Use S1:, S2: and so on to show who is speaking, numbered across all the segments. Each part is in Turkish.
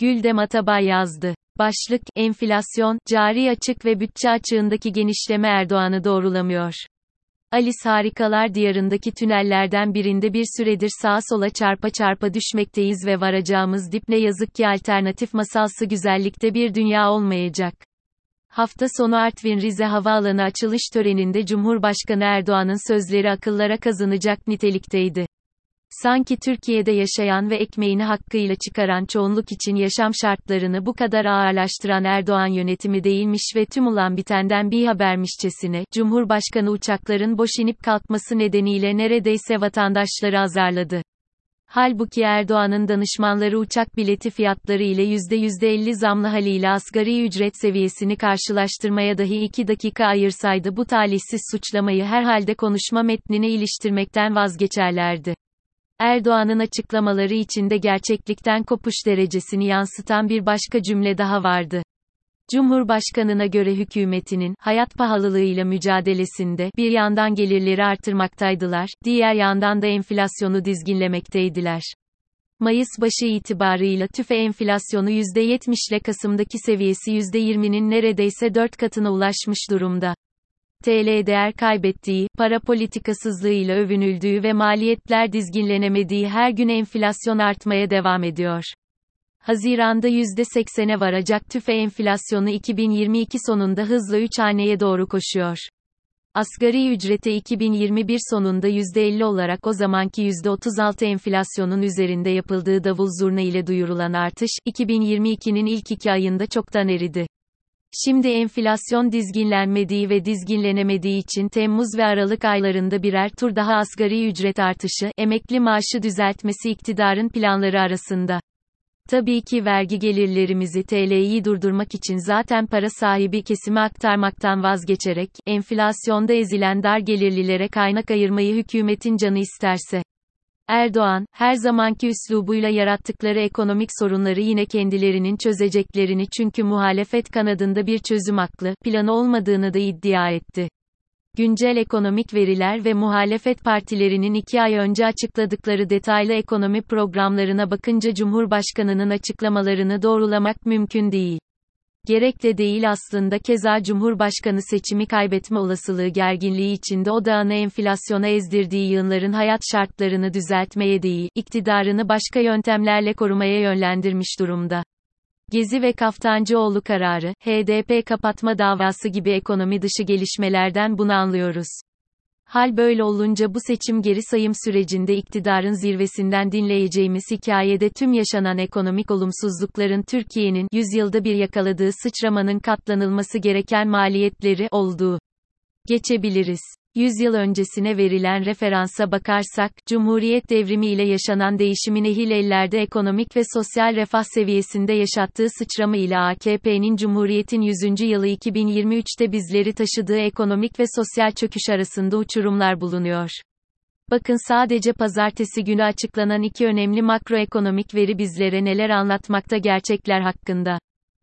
S1: Güldem Atabay yazdı. Başlık, enflasyon, cari açık ve bütçe açığındaki genişleme Erdoğan'ı doğrulamıyor. Alice Harikalar Diyarı'ndaki tünellerden birinde bir süredir sağa sola çarpa çarpa düşmekteyiz ve varacağımız dip ne yazık ki alternatif masalsı güzellikte bir dünya olmayacak. Hafta sonu Artvin-Rize Havaalanı açılış töreninde Cumhurbaşkanı Erdoğan'ın sözleri akıllara kazınacak nitelikteydi. Sanki Türkiye'de yaşayan ve ekmeğini hakkıyla çıkaran çoğunluk için yaşam şartlarını bu kadar ağırlaştıran Erdoğan yönetimi değilmiş ve tüm olan bitenden bir habermişçesine, Cumhurbaşkanı uçakların boş inip kalkması nedeniyle neredeyse vatandaşları azarladı. Halbuki Erdoğan'ın danışmanları uçak bileti fiyatları ile %50 zamlı haliyle asgari ücret seviyesini karşılaştırmaya dahi 2 dakika ayırsaydı bu talihsiz suçlamayı herhalde konuşma metnine iliştirmekten vazgeçerlerdi. Erdoğan'ın açıklamaları içinde gerçeklikten kopuş derecesini yansıtan bir başka cümle daha vardı. Cumhurbaşkanına göre hükümetinin, hayat pahalılığıyla mücadelesinde, bir yandan gelirleri artırmaktaydılar, diğer yandan da enflasyonu dizginlemekteydiler. Mayıs başı itibarıyla TÜFE enflasyonu %70 ile Kasım'daki seviyesi %20'nin neredeyse 4 katına ulaşmış durumda. TL değer kaybettiği, para politikasızlığıyla övünüldüğü ve maliyetler dizginlenemediği her gün enflasyon artmaya devam ediyor. Haziran'da %80'e varacak TÜFE enflasyonu 2022 sonunda hızla 3 haneye doğru koşuyor. Asgari ücrete 2021 sonunda %50 olarak o zamanki %36 enflasyonun üzerinde yapıldığı davul zurna ile duyurulan artış, 2022'nin ilk 2 ayında çoktan eridi. Şimdi enflasyon dizginlenmediği ve dizginlenemediği için Temmuz ve Aralık aylarında birer tur daha asgari ücret artışı, emekli maaşı düzeltmesi iktidarın planları arasında. Tabii ki vergi gelirlerimizi TL'yi durdurmak için zaten para sahibi kesime aktarmaktan vazgeçerek, enflasyonda ezilen dar gelirlilere kaynak ayırmayı hükümetin canı isterse. Erdoğan, her zamanki üslubuyla yarattıkları ekonomik sorunları yine kendilerinin çözeceklerini çünkü muhalefet kanadında bir çözüm aklı, planı olmadığını da iddia etti. Güncel ekonomik veriler ve muhalefet partilerinin 2 ay önce açıkladıkları detaylı ekonomi programlarına bakınca Cumhurbaşkanının açıklamalarını doğrulamak mümkün değil. Gerek de değil aslında keza Cumhurbaşkanı seçimi kaybetme olasılığı gerginliği içinde odağını enflasyona ezdirdiği yığınların hayat şartlarını düzeltmeye değil, iktidarını başka yöntemlerle korumaya yönlendirmiş durumda. Gezi ve Kaftancıoğlu kararı, HDP kapatma davası gibi ekonomi dışı gelişmelerden bunu anlıyoruz. Hal böyle olunca bu seçim geri sayım sürecinde iktidarın zirvesinden dinleyeceğimiz hikayede tüm yaşanan ekonomik olumsuzlukların Türkiye'nin 100 yılda bir yakaladığı sıçramanın katlanılması gereken maliyetleri olduğu geçebiliriz. 100 yıl öncesine verilen referansa bakarsak, Cumhuriyet devrimi ile yaşanan değişimin ehil ellerde ekonomik ve sosyal refah seviyesinde yaşattığı sıçrama ile AKP'nin Cumhuriyet'in 100. yılı 2023'te bizleri taşıdığı ekonomik ve sosyal çöküş arasında uçurumlar bulunuyor. Bakın sadece pazartesi günü açıklanan 2 önemli makroekonomik veri bizlere neler anlatmakta gerçekler hakkında.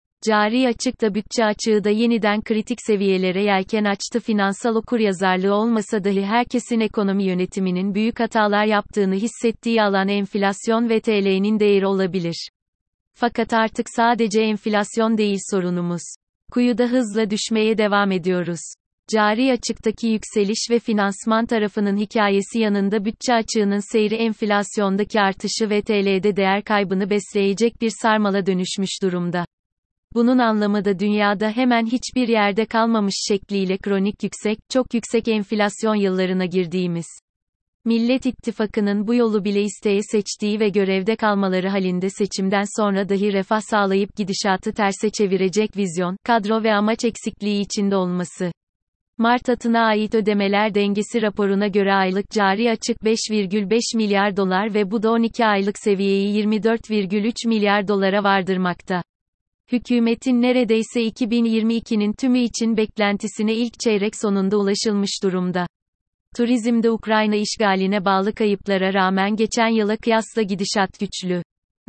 S1: Cari açık da bütçe açığı da yeniden kritik seviyelere yelken açtı. Finansal okuryazarlığı olmasa dahi herkesin ekonomi yönetiminin büyük hatalar yaptığını hissettiği alan enflasyon ve TL'nin değeri olabilir. Fakat artık sadece enflasyon değil sorunumuz. Kuyuda hızla düşmeye devam ediyoruz. Cari açıktaki yükseliş ve finansman tarafının hikayesi yanında bütçe açığının seyri enflasyondaki artışı ve TL'de değer kaybını besleyecek bir sarmala dönüşmüş durumda. Bunun anlamı da dünyada hemen hiçbir yerde kalmamış şekliyle kronik yüksek, çok yüksek enflasyon yıllarına girdiğimiz. Millet İttifakı'nın bu yolu bile isteye seçtiği ve görevde kalmaları halinde seçimden sonra dahi refah sağlayıp gidişatı terse çevirecek vizyon, kadro ve amaç eksikliği içinde olması. Mart ayına ait ödemeler dengesi raporuna göre aylık cari açık 5,5 milyar dolar ve bu da 12 aylık seviyeyi 24,3 milyar dolara vardırmakta. Hükümetin neredeyse 2022'nin tümü için beklentisine ilk çeyrek sonunda ulaşılmış durumda. Turizmde Ukrayna işgaline bağlı kayıplara rağmen geçen yıla kıyasla gidişat güçlü.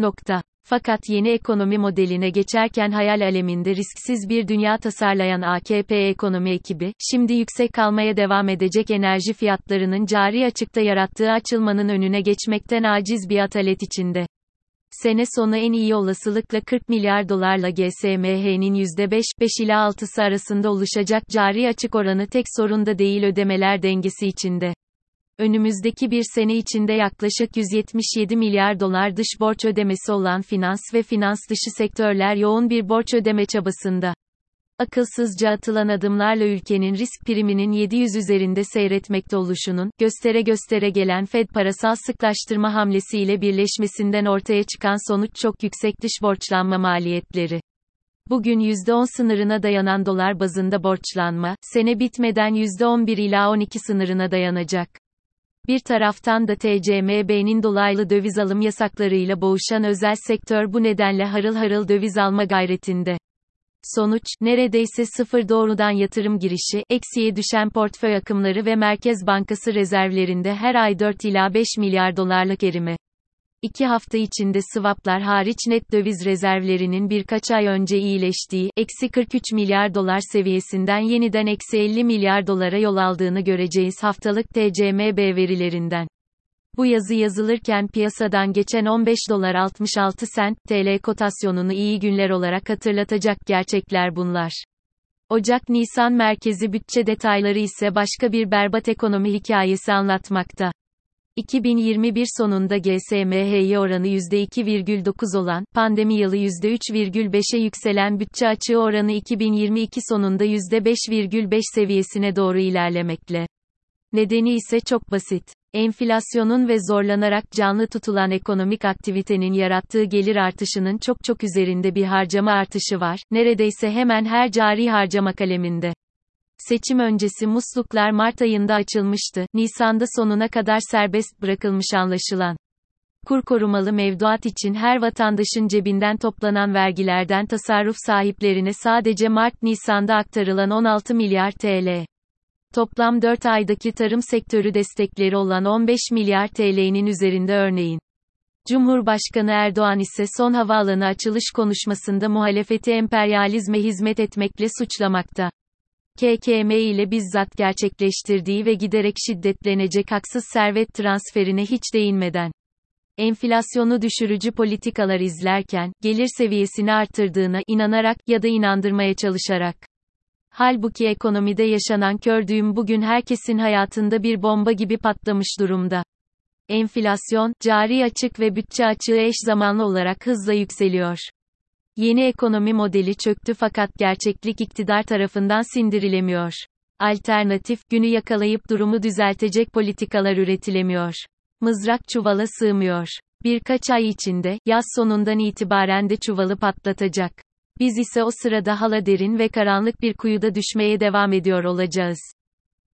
S1: Fakat yeni ekonomi modeline geçerken hayal aleminde risksiz bir dünya tasarlayan AKP ekonomi ekibi, şimdi yüksek kalmaya devam edecek enerji fiyatlarının cari açıkta yarattığı açılmanın önüne geçmekten aciz bir atalet içinde. Sene sonu en iyi olasılıkla 40 milyar dolarla GSMH'nin %5 ila 6'sı arasında oluşacak cari açık oranı tek sorun da değil, ödemeler dengesi içinde. Önümüzdeki bir sene içinde yaklaşık 177 milyar dolar dış borç ödemesi olan finans ve finans dışı sektörler yoğun bir borç ödeme çabasında. Akılsızca atılan adımlarla ülkenin risk priminin 700 üzerinde seyretmekte oluşunun, göstere gelen Fed parasal sıklaştırma hamlesiyle birleşmesinden ortaya çıkan sonuç çok yüksek dış borçlanma maliyetleri. Bugün %10 sınırına dayanan dolar bazında borçlanma, sene bitmeden %11 ila 12 sınırına dayanacak. Bir taraftan da TCMB'nin dolaylı döviz alım yasaklarıyla boğuşan özel sektör bu nedenle harıl harıl döviz alma gayretinde. Sonuç, neredeyse sıfır doğrudan yatırım girişi, eksiye düşen portföy akımları ve Merkez Bankası rezervlerinde her ay 4 ila 5 milyar dolarlık erime. 2 hafta içinde swaplar hariç net döviz rezervlerinin birkaç ay önce iyileştiği, eksi 43 milyar dolar seviyesinden yeniden eksi 50 milyar dolara yol aldığını göreceğiz haftalık TCMB verilerinden. Bu yazı yazılırken piyasadan geçen 15 dolar 66 sent TL kotasyonunu iyi günler olarak hatırlatacak gerçekler bunlar. Ocak-Nisan merkezi bütçe detayları ise başka bir berbat ekonomi hikayesi anlatmakta. 2021 sonunda GSMHY oranı %2,9 olan, pandemi yılı %3,5'e yükselen bütçe açığı oranı 2022 sonunda %5,5 seviyesine doğru ilerlemekle. Nedeni ise çok basit. Enflasyonun ve zorlanarak canlı tutulan ekonomik aktivitenin yarattığı gelir artışının çok üzerinde bir harcama artışı var, neredeyse hemen her cari harcama kaleminde. Seçim öncesi musluklar Mart ayında açılmıştı, Nisan'da sonuna kadar serbest bırakılmış anlaşılan. Kur korumalı mevduat için her vatandaşın cebinden toplanan vergilerden tasarruf sahiplerine sadece Mart-Nisan'da aktarılan 16 milyar TL. Toplam 4 aydaki tarım sektörü destekleri olan 15 milyar TL'nin üzerinde örneğin. Cumhurbaşkanı Erdoğan ise son havaalanı açılış konuşmasında muhalefeti emperyalizme hizmet etmekle suçlamakta. KKM ile bizzat gerçekleştirdiği ve giderek şiddetlenecek haksız servet transferine hiç değinmeden, enflasyonu düşürücü politikalar izlerken, gelir seviyesini artırdığına inanarak ya da inandırmaya çalışarak. Halbuki ekonomide yaşanan kör düğüm bugün herkesin hayatında bir bomba gibi patlamış durumda. Enflasyon, cari açık ve bütçe açığı eş zamanlı olarak hızla yükseliyor. Yeni ekonomi modeli çöktü fakat gerçeklik iktidar tarafından sindirilemiyor. Alternatif, günü yakalayıp durumu düzeltecek politikalar üretilemiyor. Mızrak çuvala sığmıyor. Birkaç ay içinde, yaz sonundan itibaren de çuvalı patlatacak. Biz ise o sırada hala derin ve karanlık bir kuyuda düşmeye devam ediyor olacağız.